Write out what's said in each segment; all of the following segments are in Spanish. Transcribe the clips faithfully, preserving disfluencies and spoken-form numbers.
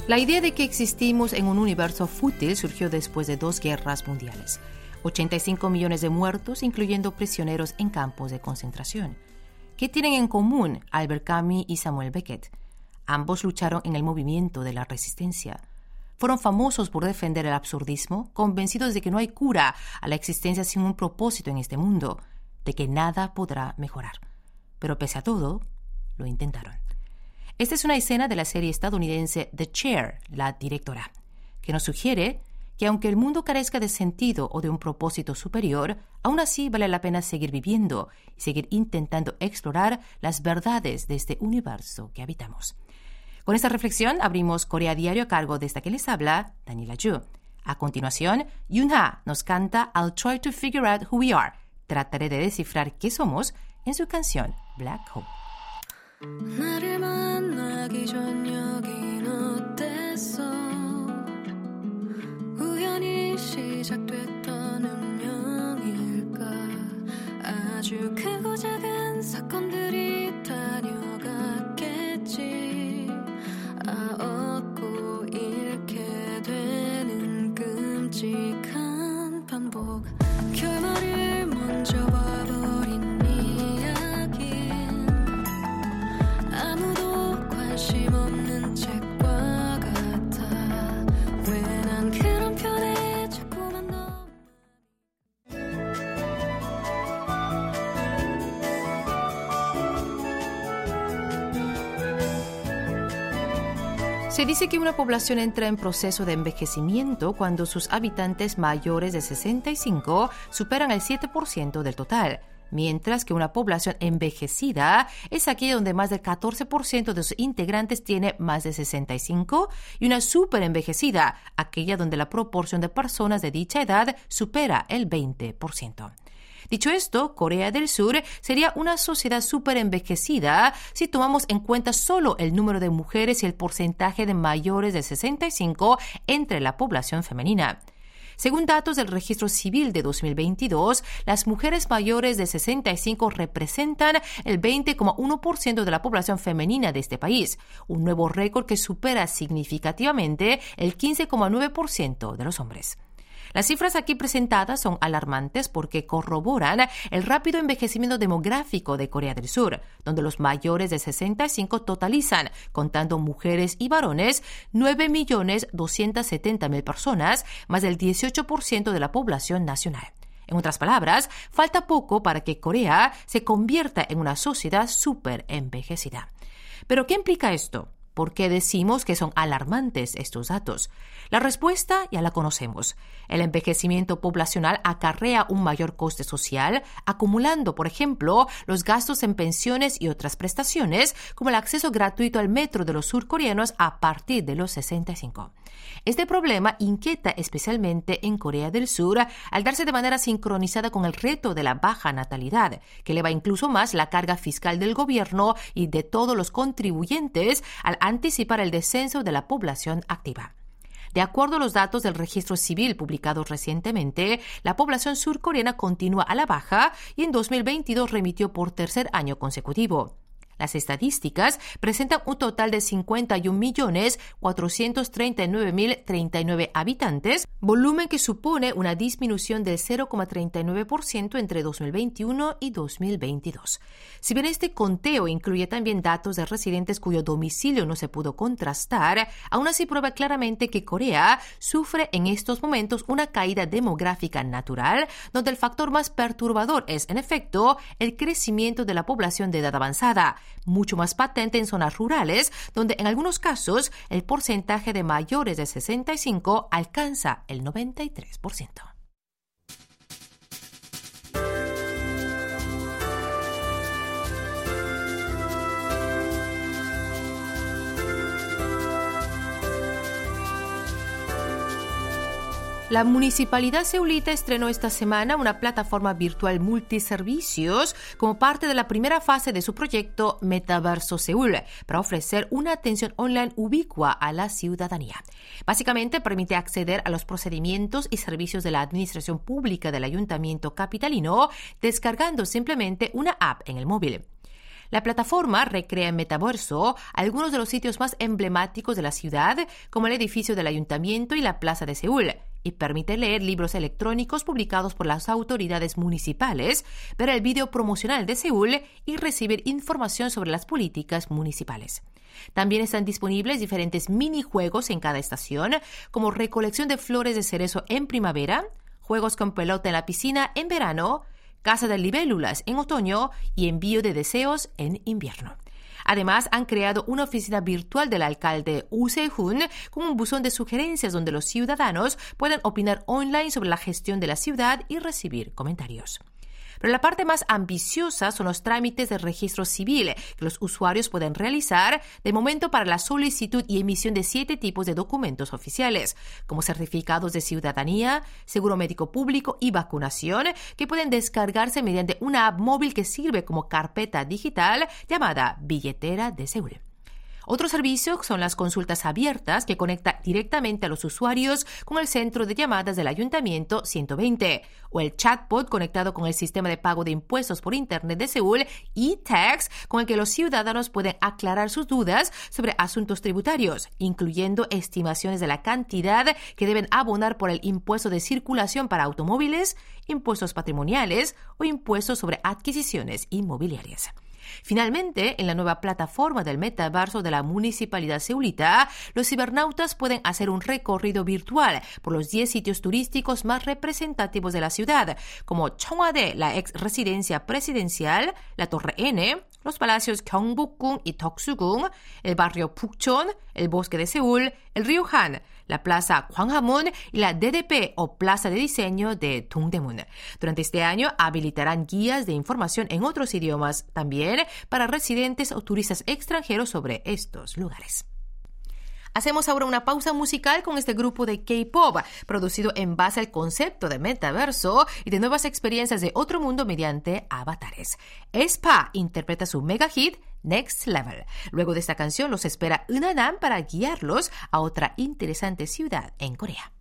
La idea de que existimos en un universo fútil surgió después de dos guerras mundiales. ochenta y cinco millones de muertos, incluyendo prisioneros en campos de concentración. ¿Qué tienen en común Albert Camus y Samuel Beckett? Ambos lucharon en el movimiento de la resistencia. Fueron famosos por defender el absurdismo, convencidos de que no hay cura a la existencia sin un propósito en este mundo, de que nada podrá mejorar. Pero pese a todo, lo intentaron. Esta es una escena de la serie estadounidense The Chair, La Directora, que nos sugiere que aunque el mundo carezca de sentido o de un propósito superior, aún así vale la pena seguir viviendo y seguir intentando explorar las verdades de este universo que habitamos. Con esta reflexión abrimos Corea Diario a cargo de esta que les habla, Daniela Yu. A continuación, Yoonha nos canta I'll Try to Figure Out Who We Are. Trataré de descifrar qué somos en su canción Black Hole. 나를 만나기 전 여긴 어땠어 우연히 시작됐던 운명일까 아주 크고 작은 사건들이 다녀갔겠지 아 얻고 잃게 되는 끔찍한 반복 결말을 먼저 봐버린 관심 없는 책과 같아 왜 난 그런 편에 자꾸만 너 Se dice que una población entra en proceso de envejecimiento cuando sus habitantes mayores de sesenta y cinco superan el siete por ciento del total, mientras que una población envejecida es aquella donde más del catorce por ciento de sus integrantes tiene más de sesenta y cinco y una superenvejecida, aquella donde la proporción de personas de dicha edad supera el veinte por ciento. Dicho esto, Corea del Sur sería una sociedad superenvejecida si tomamos en cuenta solo el número de mujeres y el porcentaje de mayores de sesenta y cinco entre la población femenina. Según datos del Registro Civil de dos mil veintidós, las mujeres mayores de sesenta y cinco representan el veinte coma uno por ciento de la población femenina de este país, un nuevo récord que supera significativamente el quince coma nueve por ciento de los hombres. Las cifras aquí presentadas son alarmantes porque corroboran el rápido envejecimiento demográfico de Corea del Sur, donde los mayores de sesenta y cinco totalizan, contando mujeres y varones, nueve millones doscientas setenta mil personas, más del dieciocho por ciento de la población nacional. En otras palabras, falta poco para que Corea se convierta en una sociedad súper envejecida. ¿Pero qué implica esto? ¿Por qué decimos que son alarmantes estos datos? La respuesta ya la conocemos. El envejecimiento poblacional acarrea un mayor coste social, acumulando, por ejemplo, los gastos en pensiones y otras prestaciones, como el acceso gratuito al metro de los surcoreanos a partir de los sesenta y cinco. Este problema inquieta especialmente en Corea del Sur al darse de manera sincronizada con el reto de la baja natalidad, que eleva incluso más la carga fiscal del gobierno y de todos los contribuyentes al anticipar el descenso de la población activa. De acuerdo a los datos del Registro Civil publicados recientemente, la población surcoreana continúa a la baja y en dos mil veintidós remitió por tercer año consecutivo. Las estadísticas presentan un total de cincuenta y un millones cuatrocientos treinta y nueve mil treinta y nueve habitantes, volumen que supone una disminución del cero coma treinta y nueve por ciento entre dos mil veintiuno y dos mil veintidós. Si bien este conteo incluye también datos de residentes cuyo domicilio no se pudo contrastar, aún así prueba claramente que Corea sufre en estos momentos una caída demográfica natural, donde el factor más perturbador es, en efecto, el crecimiento de la población de edad avanzada, mucho más patente en zonas rurales, donde en algunos casos el porcentaje de mayores de sesenta y cinco alcanza el noventa y tres por ciento. La Municipalidad Seulita estrenó esta semana una plataforma virtual multiservicios como parte de la primera fase de su proyecto Metaverso Seúl para ofrecer una atención online ubicua a la ciudadanía. Básicamente permite acceder a los procedimientos y servicios de la administración pública del Ayuntamiento capitalino descargando simplemente una app en el móvil. La plataforma recrea en metaverso algunos de los sitios más emblemáticos de la ciudad, como el edificio del ayuntamiento y la plaza de Seúl, y permite leer libros electrónicos publicados por las autoridades municipales, ver el vídeo promocional de Seúl y recibir información sobre las políticas municipales. También están disponibles diferentes minijuegos en cada estación, como recolección de flores de cerezo en primavera, juegos con pelota en la piscina en verano, caza de libélulas en otoño y envío de deseos en invierno. Además, han creado una oficina virtual del alcalde Woo Se-hun con un buzón de sugerencias donde los ciudadanos pueden opinar online sobre la gestión de la ciudad y recibir comentarios. Pero la parte más ambiciosa son los trámites de registro civil que los usuarios pueden realizar de momento para la solicitud y emisión de siete tipos de documentos oficiales, como certificados de ciudadanía, seguro médico público y vacunación, que pueden descargarse mediante una app móvil que sirve como carpeta digital llamada Billetera de Seúl. Otro servicio son las consultas abiertas que conecta directamente a los usuarios con el centro de llamadas del Ayuntamiento ciento veinte o el chatbot conectado con el sistema de pago de impuestos por Internet de Seúl e-Tax, con el que los ciudadanos pueden aclarar sus dudas sobre asuntos tributarios, incluyendo estimaciones de la cantidad que deben abonar por el impuesto de circulación para automóviles, impuestos patrimoniales o impuestos sobre adquisiciones inmobiliarias. Finalmente, en la nueva plataforma del metaverso de la Municipalidad Seulita, los cibernautas pueden hacer un recorrido virtual por los diez sitios turísticos más representativos de la ciudad, como Cheongwade, la ex residencia presidencial, la Torre N, los palacios Gyeongbokgung y Deoksugung, el barrio Pukchon, el bosque de Seúl, el río Han, la plaza Gwanghwamun y la D D P o plaza de diseño de Dongdaemun. Durante este año habilitarán guías de información en otros idiomas también para residentes o turistas extranjeros sobre estos lugares. Hacemos ahora una pausa musical con este grupo de K-pop, producido en base al concepto de metaverso y de nuevas experiencias de otro mundo mediante avatares. aespa interpreta su mega hit Next Level. Luego de esta canción los espera Eunanam para guiarlos a otra interesante ciudad en Corea.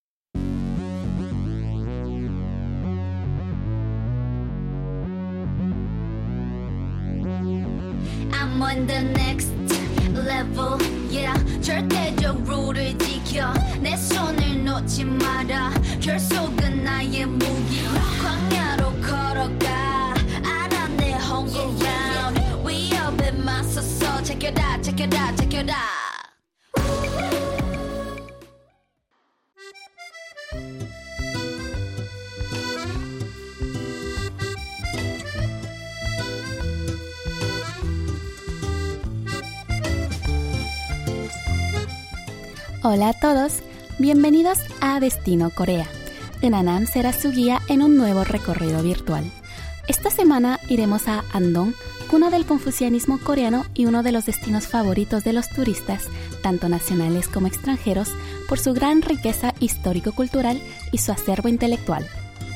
I'm on the next level, yeah. 절대적 룰을 지켜 내 손을 놓지 마라. 결속은 나의 무기. 광야로 걸어가 알아 내 home ground. 위협에 맞서서 check it out, check it out, check it out. Hola a todos, bienvenidos a Destino Corea. Eunanam será su guía en un nuevo recorrido virtual. Esta semana iremos a Andong, cuna del confucianismo coreano y uno de los destinos favoritos de los turistas, tanto nacionales como extranjeros, por su gran riqueza histórico-cultural y su acervo intelectual.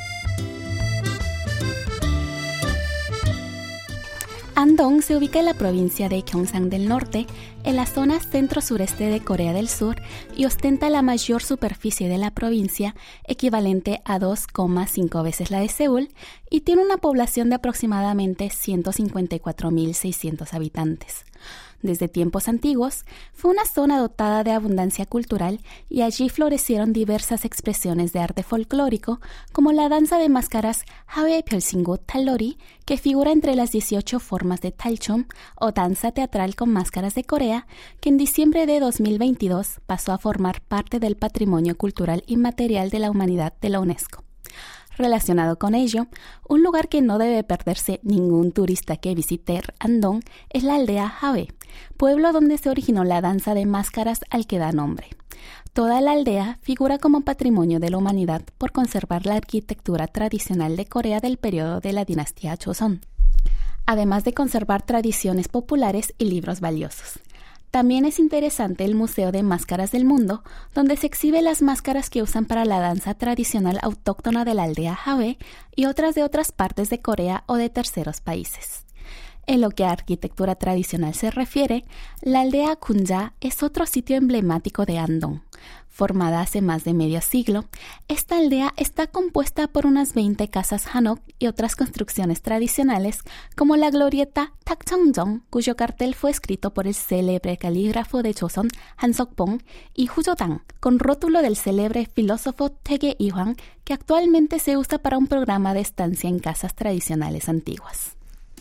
Andong se ubica en la provincia de Gyeongsang del Norte, en la zona centro-sureste de Corea del Sur, y ostenta la mayor superficie de la provincia, equivalente a dos coma cinco veces la de Seúl, y tiene una población de aproximadamente ciento cincuenta y cuatro mil seiscientos habitantes. Desde tiempos antiguos, fue una zona dotada de abundancia cultural y allí florecieron diversas expresiones de arte folclórico, como la danza de máscaras Hae Pyeolsingo Tallori, que figura entre las dieciocho formas de Talchom, o danza teatral con máscaras de Corea, que en diciembre de dos mil veintidós pasó a formar parte del Patrimonio Cultural Inmaterial de la Humanidad de la UNESCO. Relacionado con ello, un lugar que no debe perderse ningún turista que visite Andong es la aldea Hae, pueblo donde se originó la danza de máscaras al que da nombre. Toda la aldea figura como patrimonio de la humanidad por conservar la arquitectura tradicional de Corea del periodo de la dinastía Joseon, además de conservar tradiciones populares y libros valiosos. También es interesante el Museo de Máscaras del Mundo, donde se exhiben las máscaras que usan para la danza tradicional autóctona de la aldea Hae y otras de otras partes de Corea o de terceros países. En lo que a arquitectura tradicional se refiere, la aldea Kunja es otro sitio emblemático de Andong. Formada hace más de medio siglo, esta aldea está compuesta por unas veinte casas hanok y otras construcciones tradicionales, como la glorieta Takcheonjeong, cuyo cartel fue escrito por el célebre calígrafo de Joseon, Han Seok-pong, y Hujodang, con rótulo del célebre filósofo Taege Ihwang, que actualmente se usa para un programa de estancia en casas tradicionales antiguas.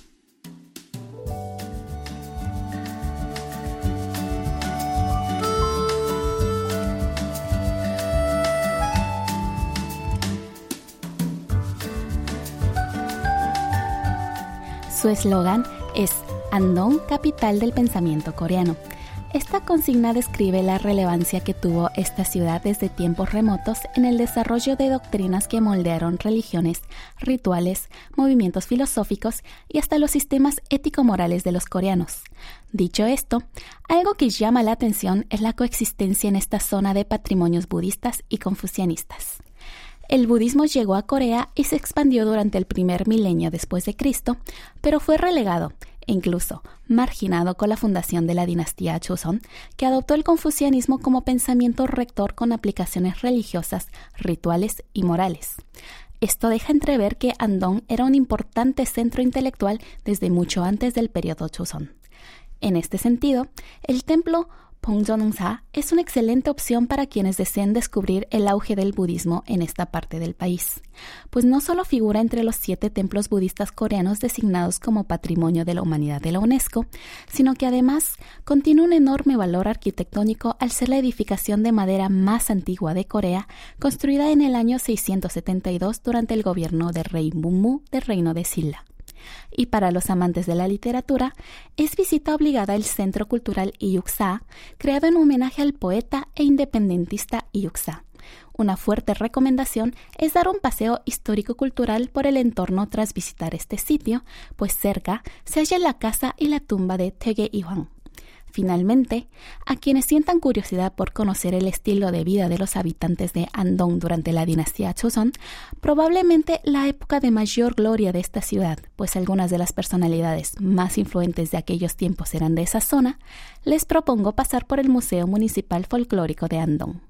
Su eslogan es Andong, capital del pensamiento coreano. Esta consigna describe la relevancia que tuvo esta ciudad desde tiempos remotos en el desarrollo de doctrinas que moldearon religiones, rituales, movimientos filosóficos y hasta los sistemas ético-morales de los coreanos. Dicho esto, algo que llama la atención es la coexistencia en esta zona de patrimonios budistas y confucianistas. El budismo llegó a Corea y se expandió durante el primer milenio después de Cristo, pero fue relegado e incluso marginado con la fundación de la dinastía Joseon, que adoptó el confucianismo como pensamiento rector con aplicaciones religiosas, rituales y morales. Esto deja entrever que Andong era un importante centro intelectual desde mucho antes del periodo Joseon. En este sentido, el templo Pongjeonungsa es una excelente opción para quienes deseen descubrir el auge del budismo en esta parte del país, pues no solo figura entre los siete templos budistas coreanos designados como Patrimonio de la Humanidad de la UNESCO, sino que además contiene un enorme valor arquitectónico al ser la edificación de madera más antigua de Corea, construida en el año seiscientos setenta y dos durante el gobierno del rey Munmu del reino de Silla. Y para los amantes de la literatura, es visita obligada el Centro Cultural Iyuksa, creado en homenaje al poeta e independentista Iyuksa. Una fuerte recomendación es dar un paseo histórico-cultural por el entorno tras visitar este sitio, pues cerca se halla la casa y la tumba de Taege Ihwang. Finalmente, a quienes sientan curiosidad por conocer el estilo de vida de los habitantes de Andong durante la dinastía Joseon, probablemente la época de mayor gloria de esta ciudad, pues algunas de las personalidades más influentes de aquellos tiempos eran de esa zona, les propongo pasar por el Museo Municipal Folclórico de Andong.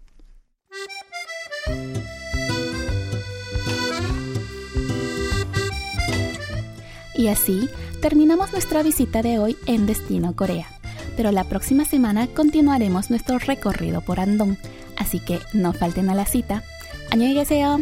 Y así terminamos nuestra visita de hoy en Destino Corea. Pero la próxima semana continuaremos nuestro recorrido por Andong, así que no falten a la cita. 안녕히 계세요.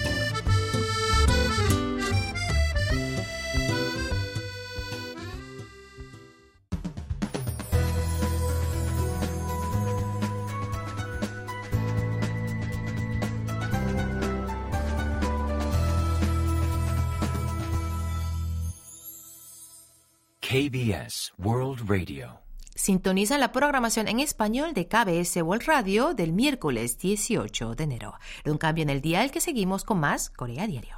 K B S World Radio. Sintoniza la programación en español de K B S World Radio del miércoles dieciocho de enero. De un cambio en el dial que seguimos con más Corea Diario.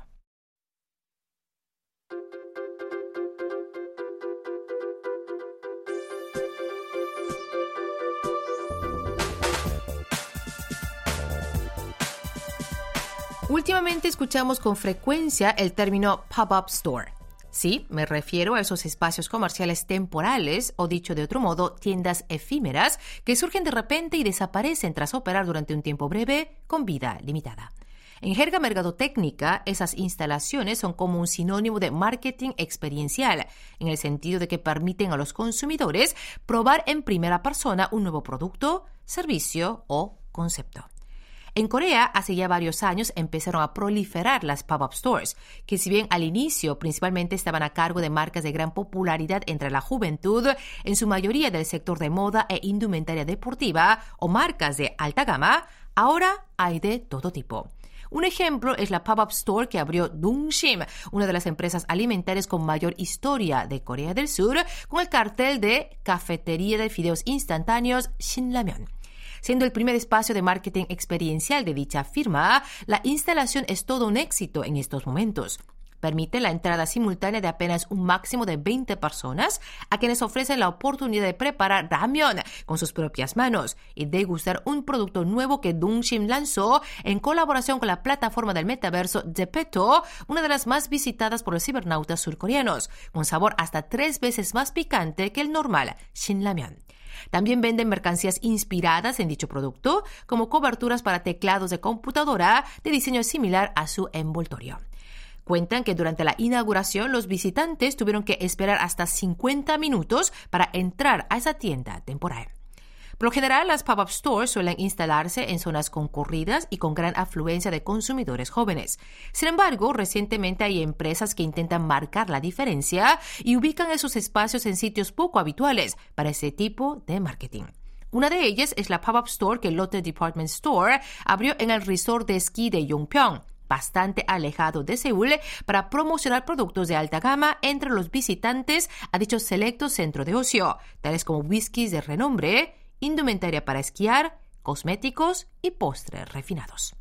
Últimamente escuchamos con frecuencia el término pop-up store. Sí, me refiero a esos espacios comerciales temporales, o dicho de otro modo, tiendas efímeras que surgen de repente y desaparecen tras operar durante un tiempo breve con vida limitada. En jerga mercadotécnica, esas instalaciones son como un sinónimo de marketing experiencial, en el sentido de que permiten a los consumidores probar en primera persona un nuevo producto, servicio o concepto. En Corea, hace ya varios años empezaron a proliferar las pop-up stores, que si bien al inicio principalmente estaban a cargo de marcas de gran popularidad entre la juventud, en su mayoría del sector de moda e indumentaria deportiva o marcas de alta gama, ahora hay de todo tipo. Un ejemplo es la pop-up store que abrió Dongsim, una de las empresas alimentarias con mayor historia de Corea del Sur, con el cartel de Cafetería de Fideos Instantáneos Shinramyeon. Siendo el primer espacio de marketing experiencial de dicha firma, la instalación es todo un éxito en estos momentos. Permite la entrada simultánea de apenas un máximo de veinte personas a quienes ofrecen la oportunidad de preparar ramyeon con sus propias manos y degustar un producto nuevo que Dongsim lanzó en colaboración con la plataforma del metaverso Zepeto, una de las más visitadas por los cibernautas surcoreanos, con sabor hasta tres veces más picante que el normal Shinramyeon. También venden mercancías inspiradas en dicho producto, como coberturas para teclados de computadora de diseño similar a su envoltorio. Cuentan que durante la inauguración los visitantes tuvieron que esperar hasta cincuenta minutos para entrar a esa tienda temporal. Por lo general, las pop-up stores suelen instalarse en zonas concurridas y con gran afluencia de consumidores jóvenes. Sin embargo, recientemente hay empresas que intentan marcar la diferencia y ubican esos espacios en sitios poco habituales para ese tipo de marketing. Una de ellas es la pop-up store que Lotte Department Store abrió en el resort de esquí de Yongpyong, bastante alejado de Seúl, para promocionar productos de alta gama entre los visitantes a dicho selecto centro de ocio, tales como whiskies de renombre, indumentaria para esquiar, cosméticos y postres refinados.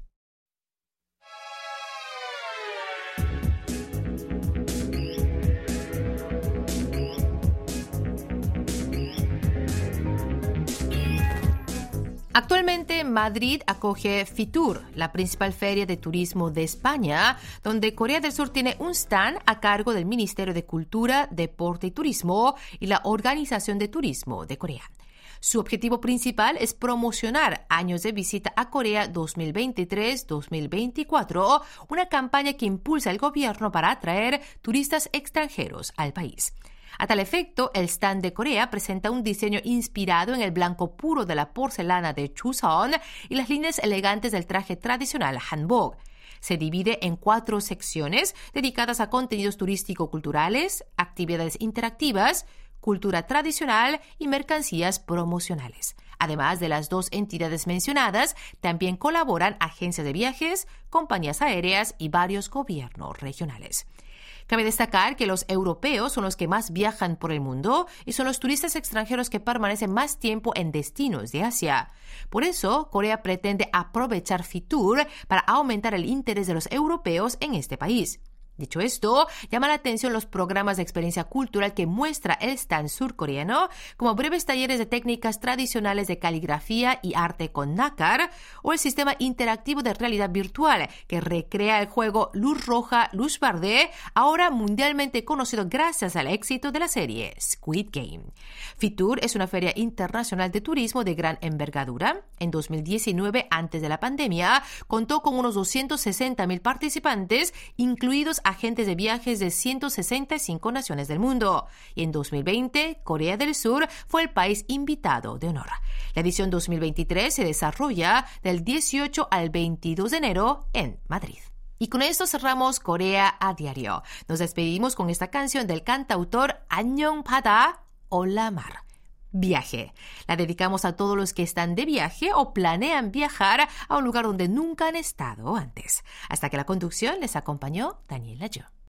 Actualmente, Madrid acoge Fitur, la principal feria de turismo de España, donde Corea del Sur tiene un stand a cargo del Ministerio de Cultura, Deporte y Turismo y la Organización de Turismo de Corea. Su objetivo principal es promocionar años de visita a Corea dos mil veintitrés dos mil veinticuatro, una campaña que impulsa el gobierno para atraer turistas extranjeros al país. A tal efecto, el stand de Corea presenta un diseño inspirado en el blanco puro de la porcelana de Chuseon y las líneas elegantes del traje tradicional hanbok. Se divide en cuatro secciones dedicadas a contenidos turístico-culturales, actividades interactivas, cultura tradicional y mercancías promocionales. Además de las dos entidades mencionadas, también colaboran agencias de viajes, compañías aéreas y varios gobiernos regionales. Cabe destacar que los europeos son los que más viajan por el mundo y son los turistas extranjeros que permanecen más tiempo en destinos de Asia. Por eso, Corea pretende aprovechar Fitur para aumentar el interés de los europeos en este país. Dicho esto, llama la atención los programas de experiencia cultural que muestra el stand surcoreano, como breves talleres de técnicas tradicionales de caligrafía y arte con nácar, o el sistema interactivo de realidad virtual que recrea el juego Luz Roja, Luz Verde, ahora mundialmente conocido gracias al éxito de la serie Squid Game. Fitur es una feria internacional de turismo de gran envergadura. En dos mil diecinueve, antes de la pandemia, contó con unos doscientos sesenta mil participantes, incluidos agentes de viajes de ciento sesenta y cinco naciones del mundo. Y en dos mil veinte, Corea del Sur fue el país invitado de honor. La edición dos mil veintitrés se desarrolla del dieciocho al veintidós de enero en Madrid. Y con esto cerramos Corea a Diario. Nos despedimos con esta canción del cantautor Annyeong Bada, Hola Mar. Viaje. La dedicamos a todos los que están de viaje o planean viajar a un lugar donde nunca han estado antes. Hasta que la conducción les acompañó Daniela Yo.